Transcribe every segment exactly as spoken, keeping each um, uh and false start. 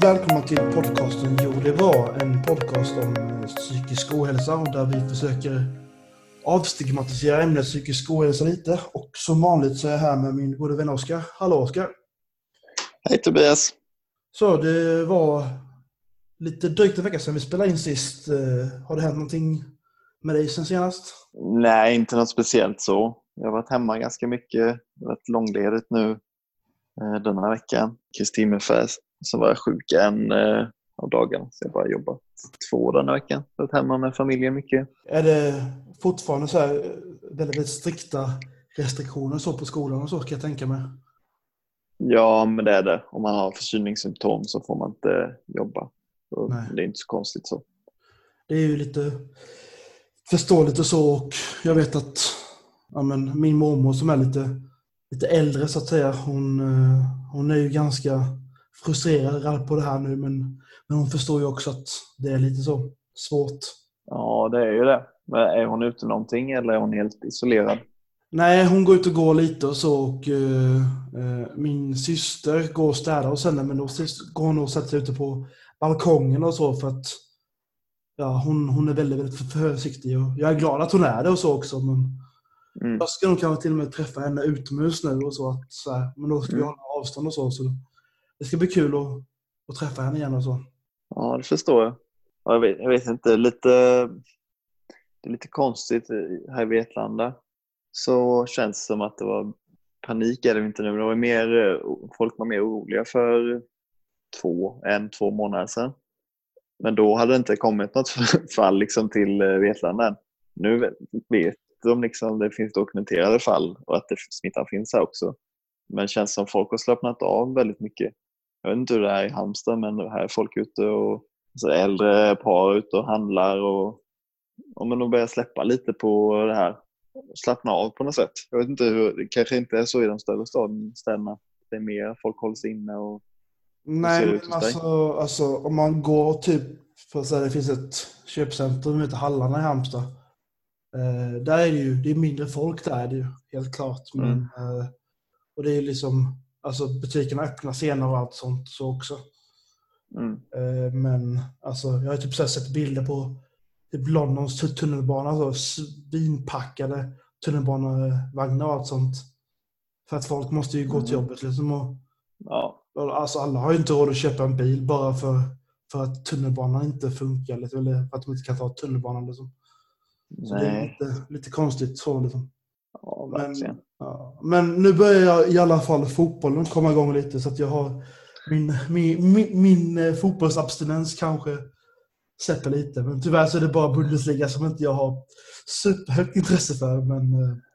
välkomna till podcasten Jo det var, en podcast om psykisk ohälsa där vi försöker avstigmatisera ämnet psykisk ohälsa lite. Och som vanligt så är jag här med min gode vän Oskar. Hallå Oskar. Hej Tobias. Så det var lite drygt en vecka sedan vi spelade in sist. Har det hänt någonting med dig sen senast? Nej, inte något speciellt så. Jag har varit hemma ganska mycket. Jag har varit långledigt nu den här veckan. Kristin ungefär så var jag sjuk en eh, av dagarna. Så jag bara jobbat två den här veckan. Varit hemma med familjen mycket. Är det fortfarande så här väldigt strikta restriktioner så på skolan och så kan jag tänka mig? Ja, men det är det. Om man har förkylningssymptom så får man inte jobba. Så det är inte så konstigt så. Det är ju lite förståeligt och så. Och jag vet att ja, men min mormor som är lite, lite äldre så att säga. Hon, hon är ju ganska frustrerad på det här nu. Men, men hon förstår ju också att det är lite så svårt. Ja, det är ju det. Men är hon ute någonting eller är hon helt isolerad? Nej, hon går ut och går lite och så. Och uh, uh, min syster går och städar och sen men då går hon och sätter sig ute på balkongen och så för att ja, hon, hon är väldigt, väldigt försiktig. Och jag är glad att hon är det och så också. Men mm. jag ska nog kanske till och med träffa henne utomhus nu och så. Att, så här, men då ska mm. vi hålla avstånd och så. Så det ska bli kul att, att träffa henne igen och så. Ja, det förstår jag. Jag vet, jag vet inte, lite, det är lite konstigt här i Vetlanda. Så känns det som att det var panik, är det inte nu. Det var mer, folk var mer oroliga för två, en, två månader sedan. Men då hade det inte kommit något fall liksom till Vetlanda. Nu vet de liksom, det finns dokumenterade fall och att det smittan finns här också. Men det känns som folk har slappnat av väldigt mycket. Jag vet inte hur det är i Halmstad, men här är folk ute och alltså äldre par ute och handlar och, och men de börjar släppa lite på det här. Slappna av på något sätt. Jag vet inte hur, det kanske inte är så i de större städerna. Det är mer folk håller sig inne och nej, men alltså, alltså om man går typ för att säga det finns ett köpcentrum som heter Hallarna i Halmstad. Eh, där är det ju, det är mindre folk där är det ju, helt klart. Men, mm. eh, och det är liksom, alltså butikerna öppnar senare och allt sånt så också. Mm. Eh, men alltså, jag har typ så här sett bilder på typ Londons tunnelbana, så svinpackade tunnelbanevagnar och allt sånt. För att folk måste ju gå till jobbet liksom och ja. Alltså alla har ju inte råd att köpa en bil bara för, för att tunnelbanan inte funkar liksom, eller för att de inte kan ta tunnelbanan liksom. Så det är lite, lite konstigt så liksom. Ja, men, ja. men nu börjar jag i alla fall fotbollen komma igång lite så att jag har min, min, min, min fotbollsabstinens kanske släpper lite. Men tyvärr så är det bara Bundesliga som inte jag har superhögt intresse för. Men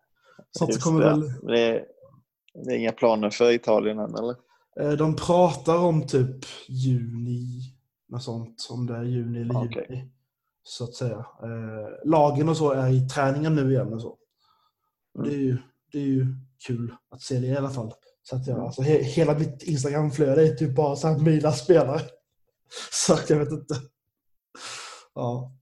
så kommer det. väl... Det är, det är inga planer för Italien än, eller? De pratar om typ juni, något sånt, om det är juni eller okay. juli, så att säga. Eh, lagen och så är i träningen nu igen och så. Och det är ju, det är ju kul att se det i alla fall. Så att jag, mm. alltså, he, hela mitt Instagram-flöde är typ bara så här mina spelare. Så att jag vet inte. Ja.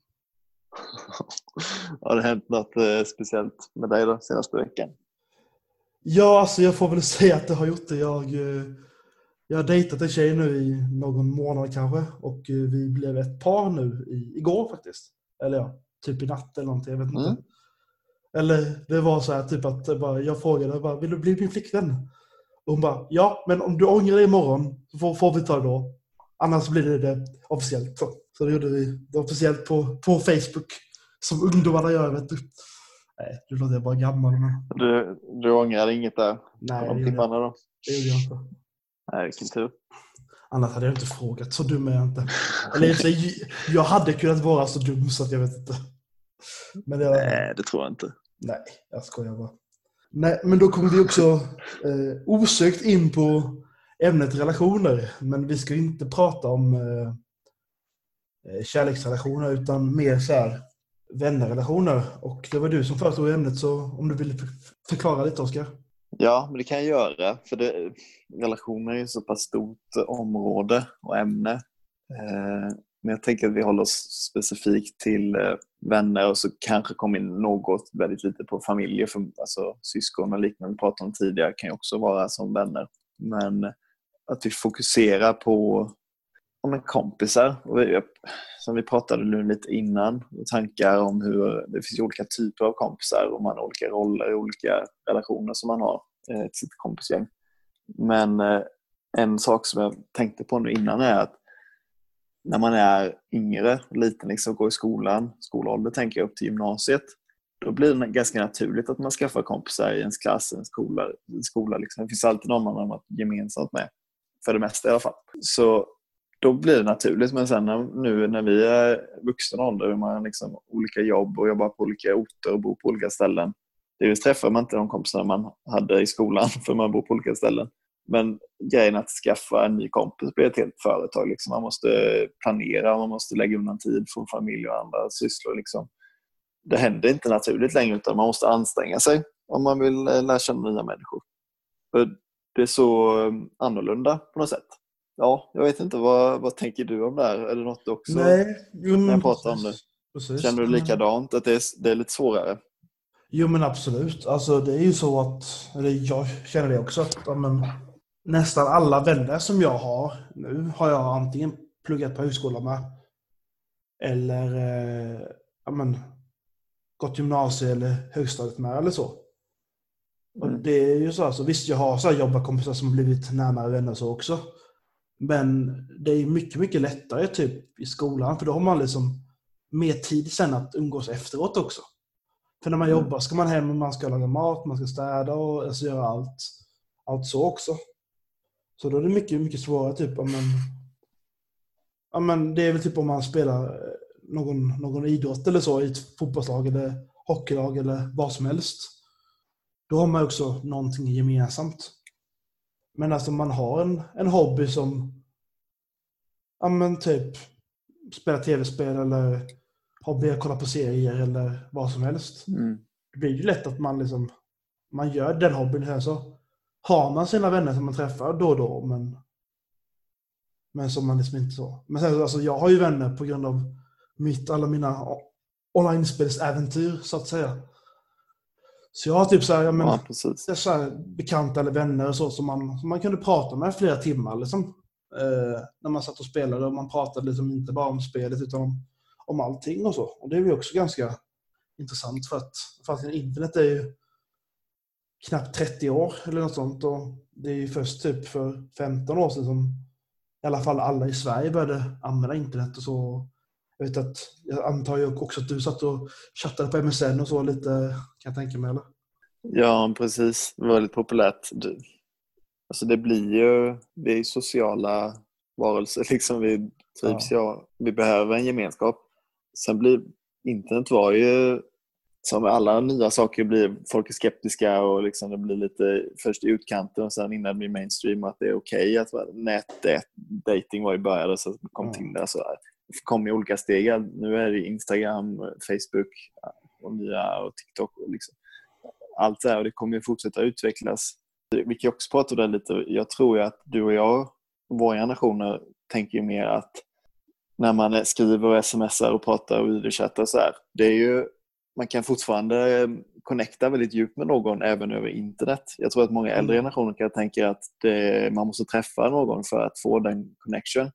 Har det hänt något eh, speciellt med dig då senaste veckan? Ja, alltså jag får väl säga att det har gjort det. Jag... Eh, Jag har dejtat en tjej nu i någon månad kanske. Och vi blev ett par nu i, igår faktiskt. Eller ja, typ i natt eller någonting, jag vet inte. Mm. Eller det var så här typ att bara, jag frågade bara, vill du bli min flickvän? Och hon bara, ja, men om du ångrar dig imorgon så får, får vi ta det då. Annars blir det, det officiellt. Så, så det gjorde vi det officiellt på, på Facebook. Som ungdomarna gör, vet du. Nej, nu låter jag bara gammal. Men... Du, du ångrar inget där? Nej, det gjorde, jag, då? det gjorde jag inte. Nej, vilken tur. Annars hade jag inte frågat, så dum är jag inte. Eller jag hade kunnat vara så dum så att jag vet inte. Men det, nej, det tror jag inte. Nej, jag skojar bara. Nej, men då kommer vi också eh, osökt in på ämnet relationer. Men vi ska inte prata om eh, kärleksrelationer utan mer så här vännerrelationer. Och det var du som föreslog ämnet, så om du vill förklara lite, Oskar. Ja, men det kan jag göra. För det, relationer är ett så pass stort område och ämne. Eh, men jag tänker att vi håller oss specifikt till eh, vänner och så kanske kommer in något väldigt lite på familjer. För, alltså syskon och liknande vi pratade om tidigare kan ju också vara som vänner. Men att vi fokuserar på om en kompisar. Och vi, som vi pratade nu lite innan. Och tankar om hur det finns olika typer av kompisar. Och man har olika roller, olika relationer som man har eh, till sitt kompisgäng. Men eh, en sak som jag tänkte på nu innan är att när man är yngre och liten liksom, går i skolan, skolålder tänker jag upp till gymnasiet, då blir det ganska naturligt att man skaffar kompisar i ens klass, en skola. En skola liksom. Det finns alltid någon man har gemensamt med, för det mesta i alla fall. Så då blir det naturligt, men sen när, nu när vi är vuxna ålder och man har liksom olika jobb och jobbar på olika orter och bor på olika ställen, det är just träffar man inte de kompisar man hade i skolan för man bor på olika ställen. Men grejen att skaffa en ny kompis blir ett helt företag. Liksom. Man måste planera, man måste lägga undan tid från familj och andra sysslor. Liksom. Det händer inte naturligt längre, utan man måste anstränga sig om man vill lära känna nya människor. För det är så annorlunda på något sätt. Ja, jag vet inte, vad, vad tänker du om det här? Är det något du också Nej, jo, men när jag pratar om det? Precis. Känner du likadant, att det är, det är lite svårare? Jo, men absolut. Alltså det är ju så att, eller jag känner det också, att ja, men, nästan alla vänner som jag har nu har jag antingen pluggat på högskolan med eller eh, ja, men, gått gymnasie eller högstadiet med eller så. Och Mm. det är ju så, alltså, visst jag har så här jobbarkompisar som har blivit närmare vänner så också. Men det är mycket, mycket lättare typ i skolan, för då har man liksom mer tid sen att umgås efteråt också. För när man Mm. jobbar ska man hem och man ska laga mat, man ska städa och alltså, göra allt, allt så också. Så då är det mycket, mycket svårare typ om man, ja, men det är väl typ om man spelar någon, någon idrott eller så i ett fotbollslag eller hockeylag eller vad som helst. Då har man också någonting gemensamt. Men alltså man har en, en hobby som, ja men typ spela tv-spel eller hobby att kolla på serier eller vad som helst. Mm. Det blir ju lätt att man liksom, man gör den hobbyn här, så har man sina vänner som man träffar då och då, men men som man liksom inte så. Men sen, alltså, jag har ju vänner på grund av mitt, alla mina online-spelsäventyr så att säga. Så jag har typ så här, ja, men, Ja, precis. det är så här bekanta eller vänner och så som man, som man kunde prata med flera timmar liksom. Eh, när man satt och spelade och man pratade liksom inte bara om spelet utan om, om allting och så. Och det är ju också ganska intressant för att, för att internet är ju knappt trettio år eller något sånt, och det är ju först typ för femton år sedan som i alla fall alla i Sverige började använda internet och så. Jag vet att, jag antar ju också att du satt och chattade på M S N och så lite, kan jag tänka mig, eller? Ja, precis. Det var väldigt populärt. Det, alltså det blir ju, vi är sociala varelser liksom, vi trivs, ja. Ja, vi behöver en gemenskap. Sen blir internet var ju, som alla nya saker blir, folk är skeptiska och liksom det blir lite först i utkanten och sen innan det blir mainstream att det är okej okay att nätdating var i början och så kom till det så här. Det kom i olika steg. Nu är det Instagram, Facebook och nya och TikTok och liksom allt det här, och det kommer ju fortsätta utvecklas. Vi kan också prata om det lite. Jag tror ju att du och jag och våra generationer tänker ju mer att när man skriver och smsar och pratar och videochattar och så här, det är ju, man kan fortfarande connecta väldigt djupt med någon även över internet. Jag tror att många äldre generationer kan tänka att det, man måste träffa någon för att få den connection.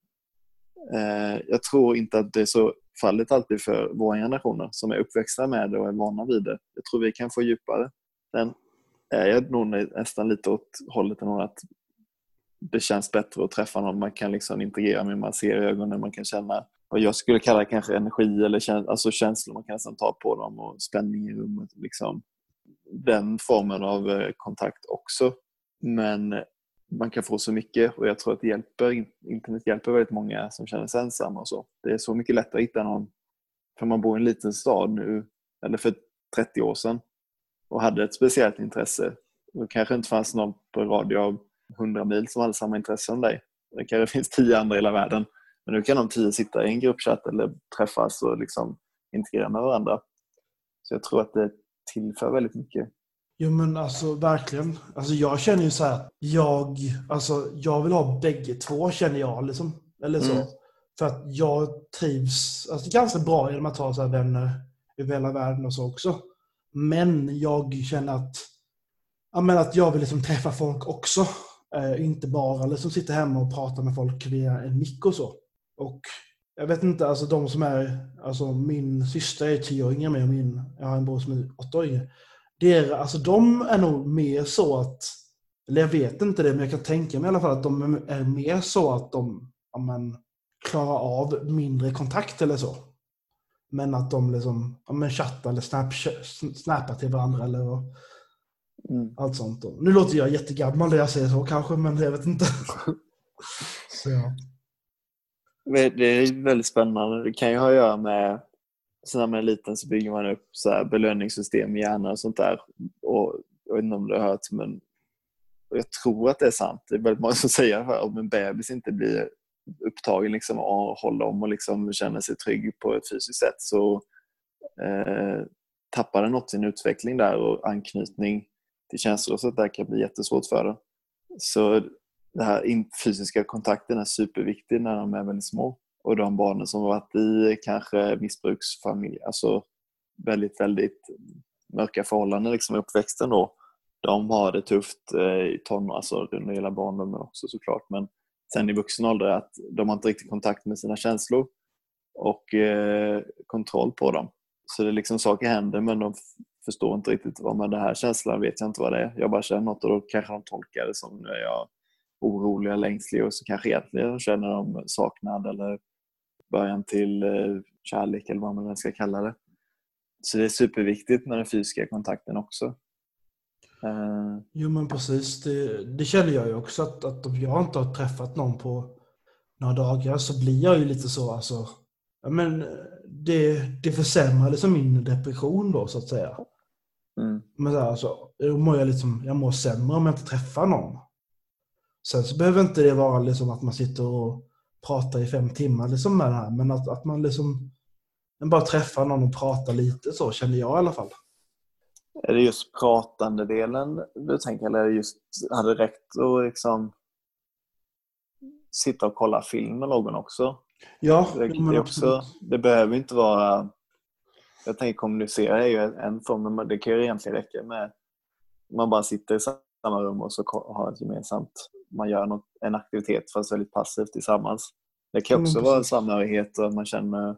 Eh, jag tror inte att det är så fallet alltid för våra generationer som är uppväxta med det och är vana vid det. Jag tror vi kan få djupare. Den är jag nog nästan lite åt hållet än att det känns bättre att träffa någon man kan liksom integrera med, man ser i ögonen, man kan känna vad jag skulle kalla kanske energi eller käns- alltså känslor, man kan nästan ta på dem och spänning i rummet liksom. Den formen av eh, kontakt också, men man kan få så mycket, och jag tror att det hjälper, internet hjälper väldigt många som känner sig ensamma och så. Det är så mycket lättare att hitta någon, för man bor i en liten stad nu, eller för trettio år sedan, och hade ett speciellt intresse. Det kanske inte fanns någon på radio av hundra mil som hade samma intresse som dig. Det kanske finns tio andra i hela världen. Men nu kan de tio sitta i en gruppchatt eller träffas och liksom integrera med varandra. Så jag tror att det tillför väldigt mycket. Jo men alltså verkligen. Alltså jag känner ju så här, jag, alltså, jag vill ha bägge två känner jag liksom. Eller så. Mm. För att jag trivs alltså, ganska bra genom att ha så här vänner över hela världen och så också. Men jag känner att, jag menar att jag vill liksom träffa folk också. Eh, inte bara liksom sitta hemma och prata med folk via en mick och så. Och jag vet inte, alltså de som är, alltså min syster är tio år yngre än mig och min, jag har en bror som är åtta år yngre. Det är, alltså de är nog mer så att, eller jag vet inte det, men jag kan tänka mig i alla fall att de är mer så att de, ja, men, klarar av mindre kontakt eller så. Men att de liksom, ja, men chattar eller snap, snappar till varandra eller vad. Mm. Allt sånt då. Nu låter jag jättegammal när jag säger så kanske, men jag vet inte. Så, ja. Det är väldigt spännande. Det kan ju ha att göra med, så när man är liten så bygger man upp så här belöningssystem i hjärnan och sånt där. Och jag vet inte om du har hört, men jag tror att det är sant. Det är väldigt många som säger att om en bebis inte blir upptagen liksom, och håller om och liksom känner sig trygg på ett fysiskt sätt, så eh, tappar den något sin utveckling där och anknytning till känslor, så att det kan bli jättesvårt för det. Så det här fysiska kontakten är superviktig när de är väldigt små. Och de barnen som har varit i kanske missbruksfamilj, alltså väldigt, väldigt mörka förhållanden liksom i uppväxten då, de har det tufft i tonår, alltså under hela barndomen också såklart, men sen i vuxen ålder att de har inte riktigt kontakt med sina känslor och eh, kontroll på dem. Så det är liksom saker händer, men de förstår inte riktigt vad med det här känslan, vet jag inte vad det är. Jag bara känner något och då kanske de tolkar det som nu är jag orolig eller ängslig, och så kanske egentligen känner de saknad eller början till eh, kärlek eller vad man ska kalla det. Så det är superviktigt med den fysiska kontakten också. Uh... Jo men precis, det, det känner jag ju också att, att om jag inte har träffat någon på några dagar så blir jag ju lite så, alltså, ja, men det, det försämrar liksom min depression då så att säga. Mm. Men så här, alltså, jag, mår jag, liksom, jag mår sämre om jag inte träffar någon. Sen så behöver inte det vara liksom att man sitter och pratar i fem timmar liksom med det här, men att, att man liksom bara träffar någon och pratar lite, så känner jag i alla fall. Är det just pratande delen du tänker, eller är det just, hade det räckt att liksom sitta och kolla film med någon också? Ja, det, det, är också, det behöver inte vara, jag tänker kommunicera är ju en form, men det kan ju egentligen räcka med man bara sitter i samma rum och så har ett gemensamt, man gör något, en aktivitet fast väldigt passivt tillsammans. Det kan också mm, vara en samhörighet och att man känner,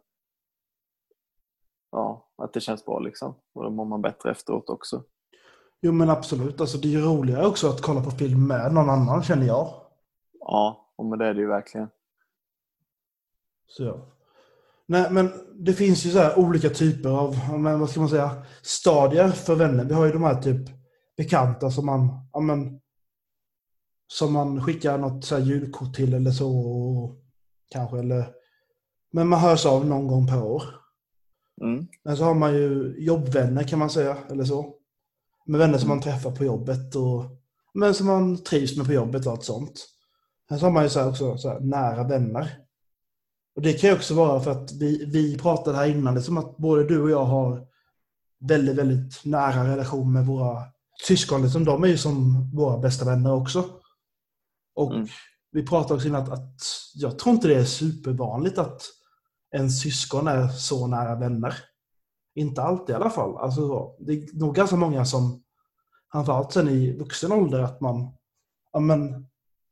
ja, att det känns bra liksom. Och då mår man bättre efteråt också. Jo men absolut, alltså det är ju roligare också att kolla på film med någon annan, känner jag. Ja, och men det är det ju verkligen. Så ja. Nej, men det finns ju så här olika typer av, men vad ska man säga, stadier för vänner. Vi har ju de här typ bekanta som man, ja men, som man skickar något så här julkort till eller så, kanske, eller, men man hörs av någon gång per år. Mm. Men så har man ju jobbvänner kan man säga, eller så. Med vänner som mm. man träffar på jobbet och men som man trivs med på jobbet och allt sånt. Sen så har man ju så här också så här nära vänner. Och det kan ju också vara för att vi, vi pratade här innan, det är som att både du och jag har väldigt, väldigt nära relation med våra syskon. Liksom, de är ju som våra bästa vänner också. Och mm. vi pratade också innan att, att jag tror inte det är supervanligt att en syskon är så nära vänner. Inte alltid i alla fall. Alltså, det är nog ganska många som framförallt sen i vuxen ålder att man, ja, men,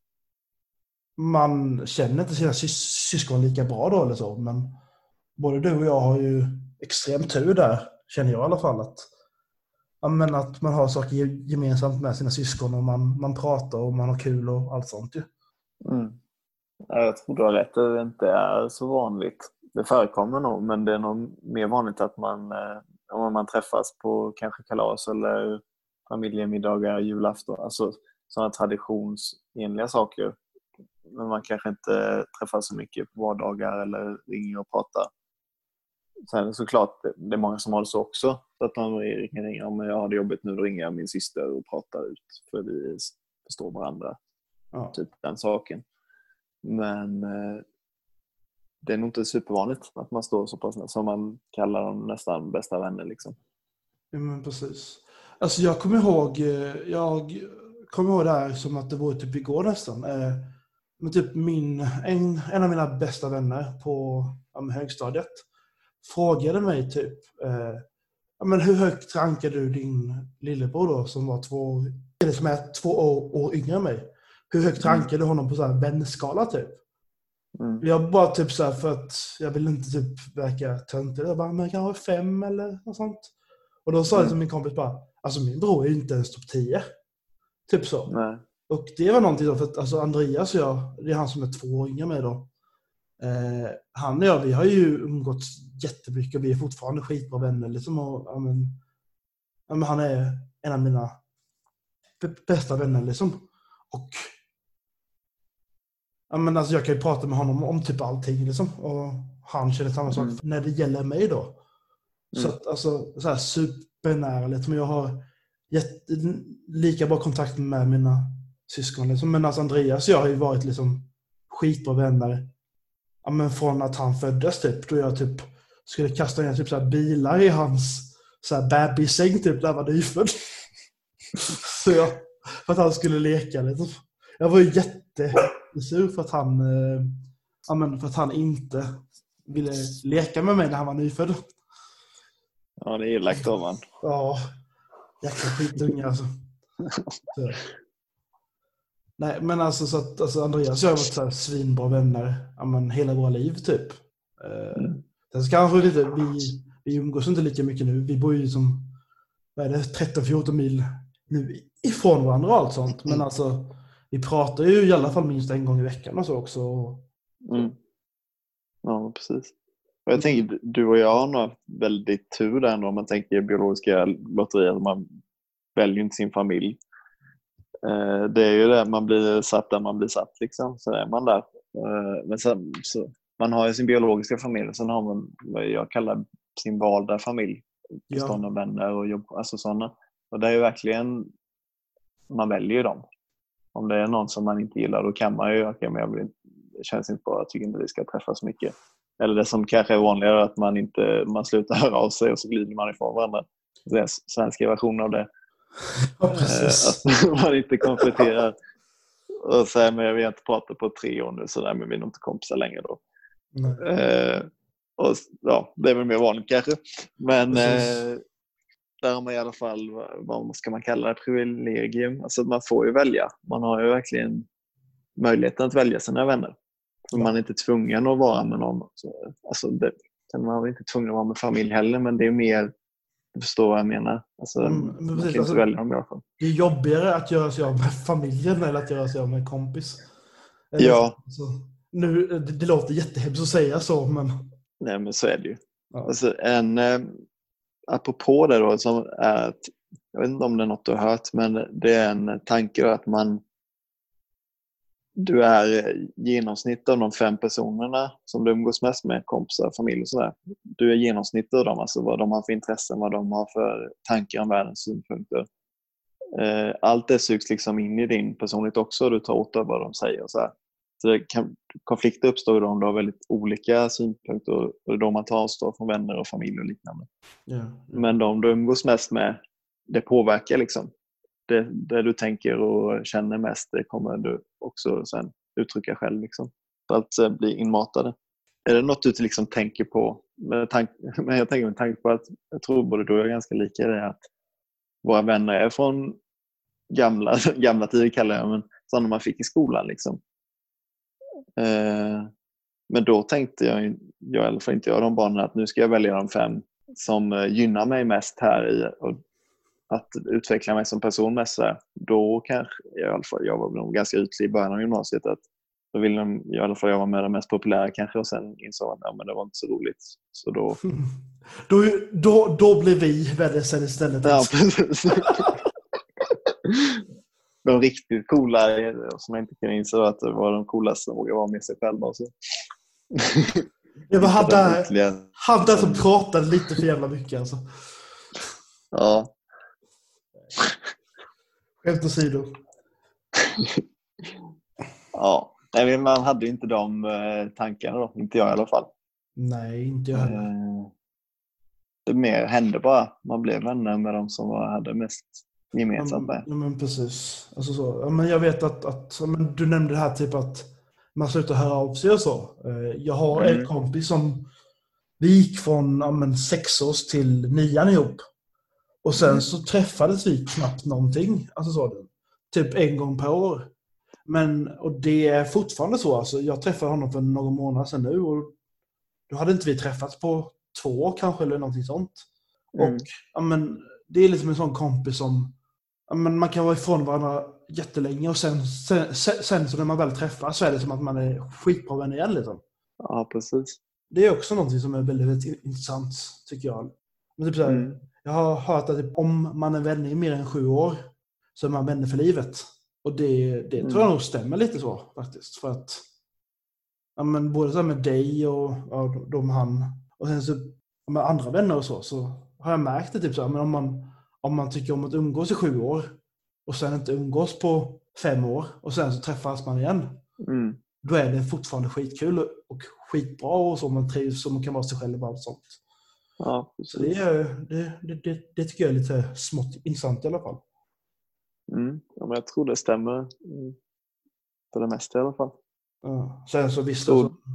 man känner inte sina sys- syskon lika bra då eller så. Men både du och jag har ju extremt tur där, känner jag i alla fall. Att, ja, men att man har saker gemensamt med sina syskon och man, man pratar och man har kul och allt sånt ju. Mm. Jag tror du har rätt, det inte är så vanligt. Det förekommer nog, men det är nog mer vanligt att man, eh, om man träffas på kanske kalas eller familjemiddagar, julafton, alltså sådana traditionsenliga saker. Men man kanske inte träffas så mycket på vardagar eller ringer och pratar. Sen såklart, det är många som har det så också. Så att man ringer, ringer om jag har det jobbigt nu, då ringer jag min syster och pratar ut. För vi förstår varandra. Ja. Typ den saken. Men eh, det är nog inte supervanligt att man står så pass som man kallar dem nästan bästa vänner liksom. Ja men precis. Alltså jag kommer ihåg, jag kommer ihåg det här som att det var typ igår nästan. Men typ min, en, en av mina bästa vänner på ja, högstadiet frågade mig typ, eh, ja, men hur högt rankar du din lillebror då som var två, eller som är två år, år yngre än mig? Hur högt rankar du honom på så här vänskala typ? Mm. Jag bara typ så här för att jag vill inte typ verka töntig. Jag bara, men jag har fem eller något sånt. Och då sa Mm. jag till min kompis bara, alltså min bror är ju inte ens topp tio. Typ så. Nej. Och det var någonting då, för att alltså Andreas och jag, det är han som är två år yngre med då. Eh, han och jag, vi har ju umgåtts jättemycket och vi är fortfarande skitbra vänner liksom. Och, ja, men, ja, men han är en av mina b- bästa vänner liksom. Och ja, men alltså jag kan ju prata med honom om typ allting liksom. Och han känner samma sak Mm. när det gäller mig då. Så Mm. att alltså så här supernära liksom. Jag har jätte, lika bra kontakt med mina syskon liksom. Men alltså Andreas och jag har ju varit liksom skitbra vänner. Ja, men från att han föddes typ. Då jag typ skulle kasta ner typ så här bilar i hans så här bebissäng typ när han var nyfödd. Så jag, för att han skulle leka liksom. Jag var ju jättesur för att han eh, ja, men för att han inte ville leka med mig när han var nyfödd. Ja, det är elakt av man. Ja, jäkla skitunga alltså. Så. Nej, men alltså så att alltså Andreas och jag har varit så här svinbra vänner ja, men hela våra liv typ. Eh, Mm. Sen så kanske lite, vi, vi umgås inte lika mycket nu. Vi bor ju som vad är det, tretton fjorton mil nu ifrån varandra och allt sånt. Men alltså, vi pratar ju i alla fall minst en gång i veckan och så också. Mm. Ja, precis. Och jag tänker, du och jag har nog väldigt tur där ändå, om man tänker biologiska lotterier. Man väljer inte sin familj. Eh, det är ju det, man blir satt där man blir satt liksom. Så är man där. Eh, men sen, så, man har ju sin biologiska familj och sen har man vad jag kallar sin valda familj. Bestående av vänner och jobb, alltså sådana. Och det är ju verkligen, man väljer ju dem. Om det är någon som man inte gillar, då kan man ju, okay, men jag vill, det känns inte bra, jag tycker inte vi ska träffas så mycket. Eller det som kanske är vanligare, att man inte, man slutar höra av sig och så glider man ifrån varandra. Det är svenska version av det. Ja, precis. Eh, att man inte kompletterar och säger, men jag vill inte prata på tre år nu, så där, men vi är nog inte kompisar längre då. Eh, och ja, det är väl mer vanligt kanske. Men eh, där har man i alla fall, vad ska man kalla det, privilegium. Alltså man får ju välja. Man har ju verkligen möjligheten att välja sina vänner. Så ja. Man är inte tvungen att vara med någon. Alltså det, man är inte tvungen att vara med familj heller, men det är mer, du förstår vad jag menar. Alltså, mm, man precis, kan inte alltså, välja dem i alla fall. Det är jobbigare att göra sig av med familjen eller att göra sig av med en kompis. Eller, Ja. alltså, nu, det, det låter jättehemskt att säga så, men... Nej, men så är det ju. Ja. Alltså, en, eh, apropå det då, som är att, jag vet inte om det är något du har hört, men det är en tanke att man, du är genomsnitt av de fem personerna som du umgås mest med, kompisar, familj och sådär. Du är genomsnitt av dem, alltså vad de har för intressen, vad de har för tankar om världens synpunkter. Eh, allt det sugs liksom in i din personlighet också, och du tar åt av vad de säger och så här. Så det kan, konflikter uppstår då om du har väldigt olika synpunkter, och det är då man tar avstånd från vänner och familj och liknande. Ja, ja. Men de du umgås mest med, det påverkar liksom. Det, det du tänker och känner mest, det kommer du också sen uttrycka själv liksom. För att bli inmatade. Är det något du liksom tänker på? Men, tank, men jag tänker med tanke på att jag tror både du och jag är ganska lika i det, att våra vänner är från gamla, gamla tider kallar jag, men sådana man fick i skolan liksom. Eh, men då tänkte jag, jag i alla fall inte jag de banorna, att nu ska jag välja de fem som gynnar mig mest här i och att utveckla mig som person mest. Då kanske, i alla fall, jag var nog ganska ytlig i början av gymnasiet, att då ville de, i alla fall jag var med de mest populära kanske, och sen insåg att ja, men det var inte så roligt. Så då... då, då, då blev vi vänner sen istället. Ja, precis. De riktigt coola som jag inte kan inse att det var de coolaste som vågade vara med sig själva. Och så. Jag var hade, hade som pratade lite för jävla mycket alltså. Ja. Skämt åsido. Ja, man hade ju inte de eh, tankarna då, inte jag i alla fall. Nej, inte jag heller. Eh, det mer hände bara, man blev vänner med de som var, hade mest gemensamt med. Ja, men precis. Alltså så. Ja, men jag vet att, att men du nämnde det här typ att man slutar höra av sig och så. Jag har mm. en kompis som vi gick från ja, men, sexårs till nian ihop. Och sen mm. så träffades vi knappt någonting. Alltså så. Typ en gång per år. Men, och det är fortfarande så. Alltså, jag träffade honom för några månader sedan nu. Och då hade inte vi träffats på två år kanske eller någonting sånt. Mm. Och ja, men, det är liksom en sån kompis som ja, men man kan vara ifrån varandra jättelänge. Och sen, sen, sen så när man väl träffas så är det som att man är skitbra vänner igen. Liksom. Ja, precis. Det är också någonting som är väldigt, väldigt intressant tycker jag. Men typ så här, Mm. jag har hört att typ, om man är vänner i mer än sju år så är man vänner för livet. Och det, det Mm. tror jag nog stämmer lite så faktiskt. För att ja, men både så här med dig och ja, de han och sen så med andra vänner och så, så har jag märkt det typ så här, men om man, om man tycker om att umgås i sju år och sen inte umgås på fem år och sen så träffas man igen. Mm. Då är det fortfarande skitkul och skitbra och så man trivs och man kan vara sig själv och allt sånt. Ja, Så det, är, det, det, det, det tycker jag är lite smått intressant i alla fall. Mm. Ja, men jag tror det stämmer mm. för det mesta i alla fall. Ja. Sen så visst, Så... alltså,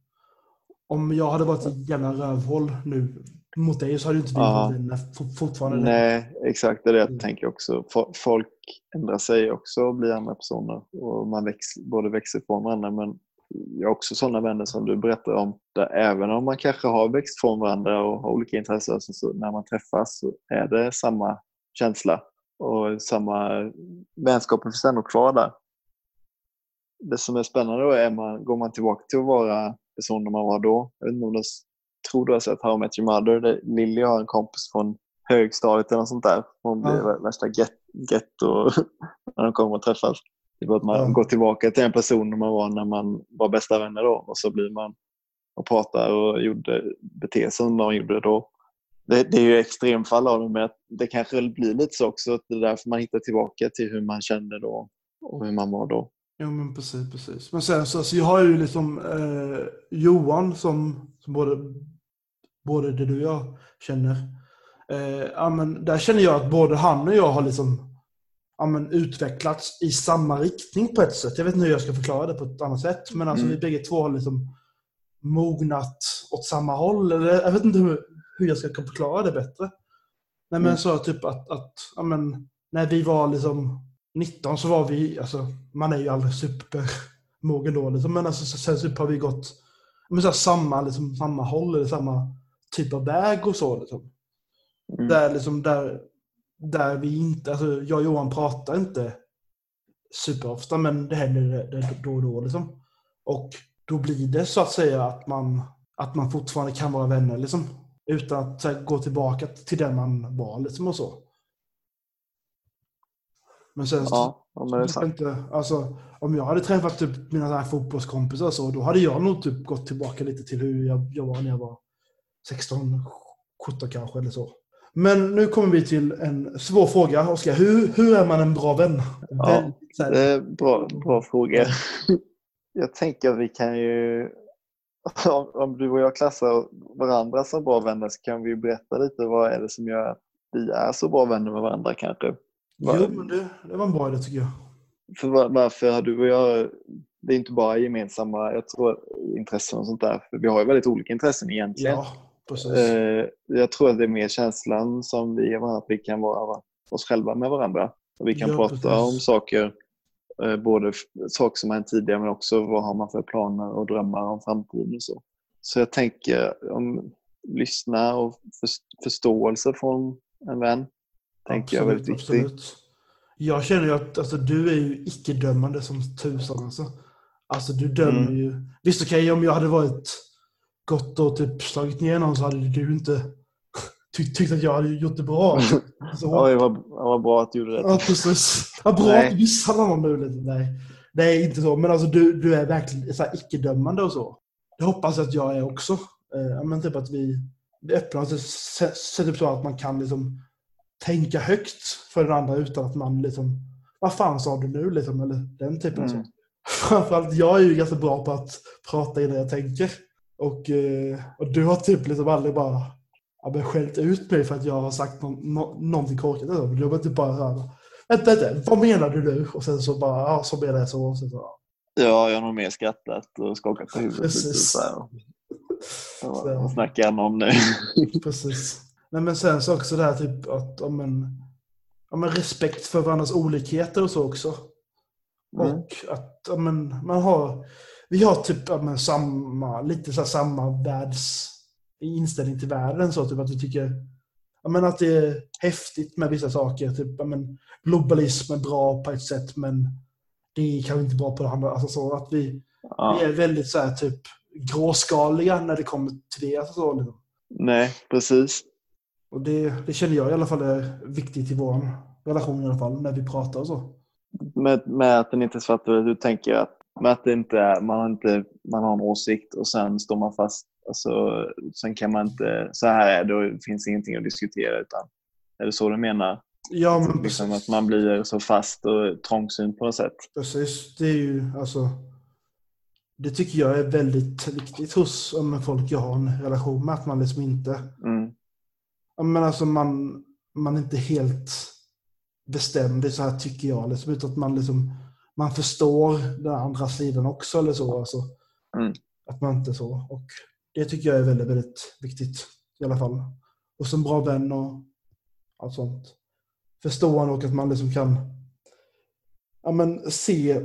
om jag hade varit ett jävla rövhåll nu mot dig så hade inte vi ja. varit vänner fortfarande. Nej, exakt det är det jag Mm. tänker också. Folk ändrar sig också och blir andra personer. Och man växer, både växer från varandra, men jag har också sådana vänner som du berättar om. Där även om man kanske har växt från varandra och har olika intressen, så, så när man träffas så är det samma känsla. Och samma vänskap finns ändå kvar där. Det som är spännande då är man går man tillbaka till att vara personen man var då. Jag vet inte om du tror du har sett How I Met Your Mother. Lily har en kompis från högstadiet eller något sånt där. Hon blir Ja. värsta get, get och när de kommer att träffas. Det är att man Ja. går tillbaka till en person man var när man var bästa vänner då. Och så blir man och pratar och gjorde beter som man gjorde då. Det, det är ju extremfall av det, men det kanske blir lite så också. Att det är därför man hittar tillbaka till hur man kände då och hur man var då. Ja, men precis, precis. Men sen så alltså, jag har ju liksom eh, Johan som, som både, både det du och jag känner. Eh, ja, men där känner jag att både han och jag har liksom ja, men, utvecklats i samma riktning på ett sätt. Jag vet inte hur jag ska förklara det på ett annat sätt. Men alltså Mm. vi bägge två har liksom mognat åt samma håll. Eller, jag vet inte hur, hur jag ska förklara det bättre. Nej, men Mm. så typ att, att ja, men, när vi var liksom nitton så var vi, alltså man är ju aldrig supermogen då liksom, men alltså sen så har vi gått men så här, samma, liksom, samma håll eller samma typ av väg och så liksom. Mm. Där liksom, där, där vi inte, alltså jag och Johan pratar inte superofta, men det händer det, det då och då liksom. Och då blir det så att säga att man, att man fortfarande kan vara vänner liksom, utan att så här, gå tillbaka till den man var liksom och så. Men sen Ja, ja, men det är så, sant. inte, alltså, om jag hade träffat typ mina så här fotbollskompisar så, då hade jag nog typ gått tillbaka lite till hur jag, jag var när jag var sexton sjutton kanske eller så. Men nu kommer vi till en svår fråga, Oskar. Hur, hur är man en bra vän? Ja, Vän, så här. det är bra, bra fråga. Jag tänker att vi kan ju, om, om du och jag klassar varandra som bra vänner, så kan vi ju berätta lite vad är det som gör att vi är så bra vänner med varandra kanske. Var, Jo, men det, det var en bra idé tycker jag. för var, varför har du och jag, det är inte bara gemensamma, jag tror, intressen och sånt där. För vi har ju väldigt olika intressen egentligen. Ja, precis. Eh, jag tror att det är mer känslan som vi har, att vi kan vara oss själva med varandra. Och vi kan Ja, prata precis. om saker, eh, både f- saker som har hänt tidigare, men också vad har man för planer och drömmar om framtiden och så. Så jag tänker om lyssna och för, förståelse från en vän, tänker jag är väldigt viktigt. Absolut. Jag känner ju att alltså, du är ju icke-dömande som tusan. Alltså, alltså du dömer Mm. ju. Visst okej, okay, om jag hade varit gått och typ slagit ner någon så hade du inte ty- tyckt att jag hade gjort det bra. Så. Ja, det var, det var bra att du gjorde det. Ja, precis. Ja, bra Nej. att du missade någon nu lite. Nej, det är inte så. Men alltså du, du är verkligen så här icke-dömande och så. Det hoppas jag att jag är också. Eh, men typ att vi, vi öppnar oss så, så typ så att man kan liksom tänka högt för den andra utan att man liksom, vad fan sa du nu liksom, eller den typen av Mm. så. Framförallt jag är ju ganska bra på att prata innan jag tänker. Och, eh, och du har typ liksom aldrig bara ja, skällt ut mig för att jag har sagt no- no- någonting korkat. Alltså. Du har typ bara såhär, vänta, vänta, vad menar du nu? Och sen så bara, ja så menar jag så. Och sen så ja. Ja, jag har nog mer skrattat och skakat på huvudet lite Precis. så här. Ja, Så. vad snackar han om nu? Precis. Nej, men sen så också det här typ att om en, om en respekt för varandras olikheter och så också. Mm. Och att ja, men, man har, vi har typ ja, men, samma, lite så här, samma världs inställning till världen. Så typ att vi tycker ja, men, att det är häftigt med vissa saker. Typ, ja, men, globalism är bra på ett sätt, men det är kanske inte bra på det andra. Alltså, så att vi, Ja. vi är väldigt så här, typ, gråskaliga när det kommer till det. Alltså, så, liksom. Nej, precis. Och det, det känner jag i alla fall är viktigt i vår relation i alla fall, när vi pratar och så. Med, med att den inte är svart, du tänker att, med att det inte är, man, har inte, man har en åsikt och sen står man fast. Alltså, sen kan man inte, så här är det, då finns ingenting att diskutera. Utan, är det så du menar? Ja, men liksom att man blir så fast och trångsynt på något sätt. Precis, det är ju alltså det tycker jag är väldigt viktigt hos om folk jag har en relation med, att man liksom inte Mm. men alltså man man är inte helt bestämd, så här tycker jag liksom, utan att man liksom man förstår den andra sidan också eller så alltså. Mm. Att man inte så, och det tycker jag är väldigt väldigt viktigt i alla fall. Och som bra vän och allt sånt. Förstående, och att man liksom kan ja, men, se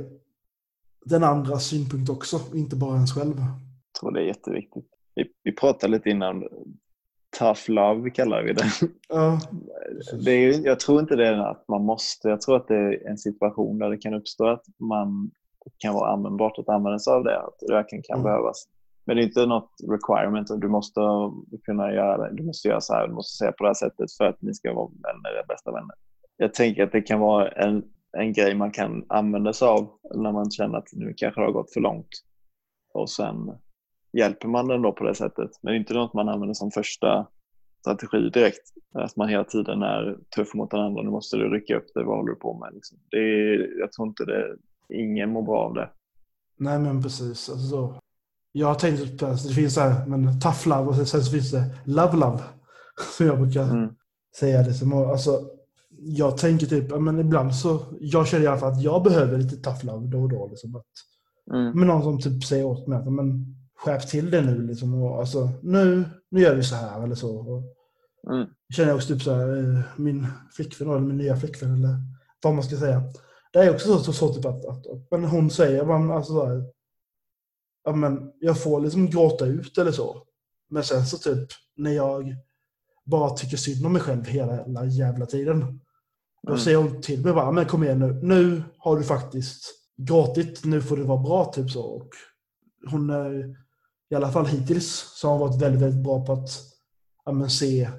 den andra synpunkt också, inte bara ens själv. Jag tror det är jätteviktigt. Vi, vi pratade lite innan tough love kallar vi det. Ja, det är, jag tror inte det är att man måste. Jag tror att det är en situation där det kan uppstå att man kan vara användbart att använda sig av det. Att det verkligen kan mm. behövas. Men det är inte något requirement och du måste kunna göra det. Du måste göra så här, du måste säga på det här sättet för att ni ska vara vänner, bästa vänner. Jag tänker att det kan vara en, en grej man kan använda sig av när man känner att nu kanske det har gått för långt. Och sen hjälper man den då på det sättet. Men det är inte något man använder som första strategi direkt. Att man hela tiden är tuff mot den andra. Nu måste du rycka upp det, vad håller du på med? Liksom. Det är, jag tror inte det, ingen mår bra av det. Nej men precis. Alltså så. Jag har tänkt att det finns så här, men tough love och sen så finns det love love. Så jag brukar mm. säga det. Som, alltså, jag tänker typ, men ibland så, jag känner i alla fall att jag behöver lite tough love då och då. Liksom, att, mm. Men någon som typ säger åt mig att, men skärp till det nu liksom, och, alltså, nu, nu gör vi så här eller så. Och, mm. Jag känner också typ så här, min flickvän eller min nya flickvän eller vad man ska säga. Det är också så, så, så typ att, att, att men hon säger, man, alltså så här, ja, men jag får liksom gråta ut eller så. Men sen så typ när jag bara tycker synd om mig själv hela, hela jävla tiden. Då mm. säger hon till mig bara, men kom igen nu. Nu har du faktiskt gråtit. Nu får det vara bra typ så. Och hon är i alla fall hittills så har hon varit väldigt, väldigt bra på att ja, men se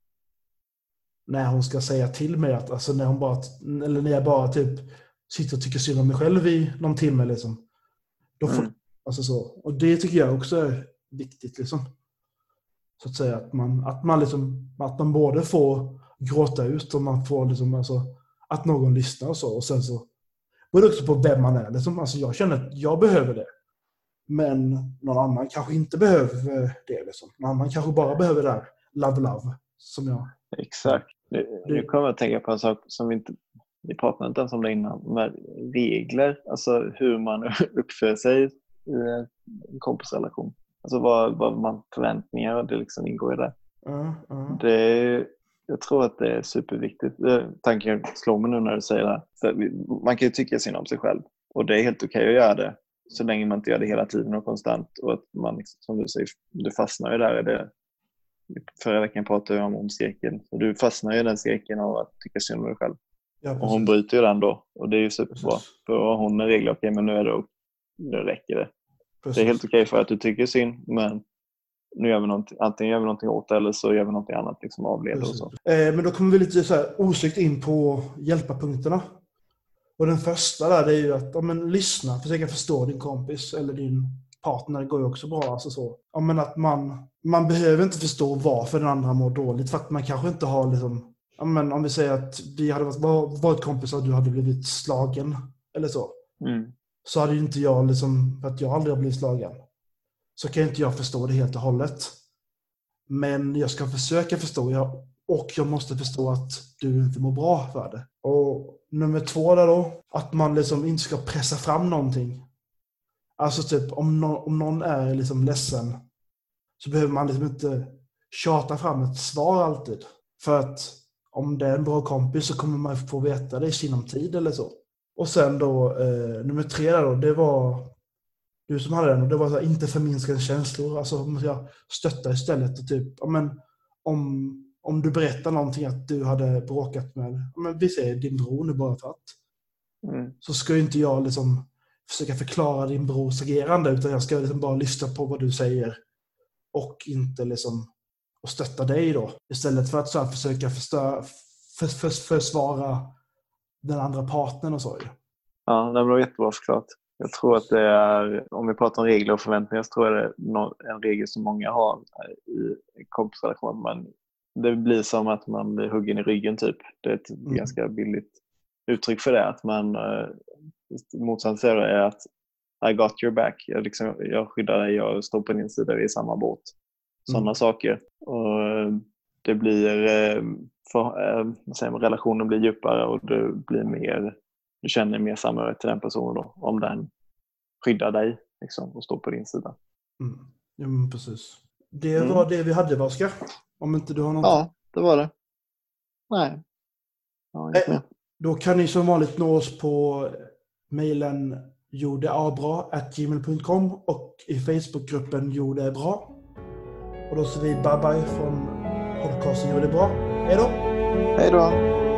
när hon ska säga till mig att, alltså när hon bara, eller när jag bara typ sitter och tycker synd om mig själv i någon timme liksom. Då får mm. Alltså så. Och det tycker jag också är viktigt liksom. Så att säga att man att man liksom att man både får gråta ut och man får liksom alltså att någon lyssnar och så, och sen så beror det också på vem man är liksom. Alltså jag känner att jag behöver det. Men någon annan kanske inte behöver det liksom. Någon annan kanske bara behöver det här love love som jag. Exakt. Nu, nu kommer jag att tänka på en sak som vi inte vi pratade inte ens om det innan, med regler, alltså hur man uppför sig i en kompisrelation. Alltså vad, vad man förväntningar det liksom ingår i det. Mm, mm. det. Jag tror att det är superviktigt. Tanken slår mig nu när du säger det. För man kan ju tycka synd om sig själv. Och det är helt okej att göra det. Så länge man inte gör det hela tiden och konstant. Och att man, som du säger, du fastnar ju där i det. Förra veckan pratade jag om ondskeken. Och du fastnar ju i den skeken av att tycka synd om dig själv. Ja, och hon bryter ju den då. Och det är ju superbra. Precis. För hon är regler, okej, men nu är det och nu räcker det. Precis. Det är helt okej för att du tycker synd, men nu gör vi någonting, antingen gör vi någonting åt det eller så gör vi någonting annat, liksom avleder och så. Eh, men då kommer vi lite så här osökt in på hjälpa-punkterna. Och den första där, det är ju att ja, men, lyssna, försöka förstå din kompis eller din partner, det går ju också bra. Alltså så. Ja, men att man, man behöver inte förstå varför den andra mår dåligt, för att man kanske inte har liksom, ja, men, om vi säger att vi hade varit, varit kompisar och du hade blivit slagen eller så. Mm. Så hade ju inte jag liksom, för att jag aldrig har blivit slagen, så kan inte jag förstå det helt och hållet. Men jag ska försöka förstå, jag, och jag måste förstå att du inte mår bra för det. Och nummer två där då, att man liksom inte ska pressa fram någonting. Alltså typ, om, no, om någon är liksom ledsen, så behöver man liksom inte tjata fram ett svar alltid. För att om det är en bra kompis så kommer man få veta det i sinom tid eller så. Och sen då, eh, nummer tre där då, det var du som hade den, och det var så här, inte förminskande känslor, alltså man ska stötta istället och typ, ja men om, om du berättar någonting att du hade bråkat med, ja, men vi säger din bror nu bara för att, Mm. så ska ju inte jag liksom försöka förklara din brors agerande, utan jag ska liksom bara lyssna på vad du säger och inte liksom och stötta dig då, istället för att så här försöka förstö- för, för, försvara den andra partnern och så. Ja, det var jättebra förklarat. Jag tror att det är, om vi pratar om regler och förväntningar, så tror jag det är no- en regel som många har i kompisrelation. Men det blir som att man blir huggen i ryggen typ. Det är ett Mm. ganska billigt uttryck för det. Att man, eh, motsatsen säger är att I got your back. Jag, liksom, jag skyddar dig, jag står på din sida, vi är i samma båt. Sådana Mm. saker. Och eh, det blir, eh, för, eh, säger man, relationen blir djupare och du blir mer, du känner mer samhörighet till den personen då, om den skyddar dig liksom, och står på din sida. Mm. Ja, men precis. Det Mm. var det vi hade, Oskar. Om inte du har något. Ja, det var det. Nej. Ja, inte mer. Då kan ni som vanligt nå oss på mejlen jordeabra at gmail punkt com och i Facebookgruppen Jorde är bra. Och då ser vi bye bye från podcasten Jorde är bra. Hej då! Hej då!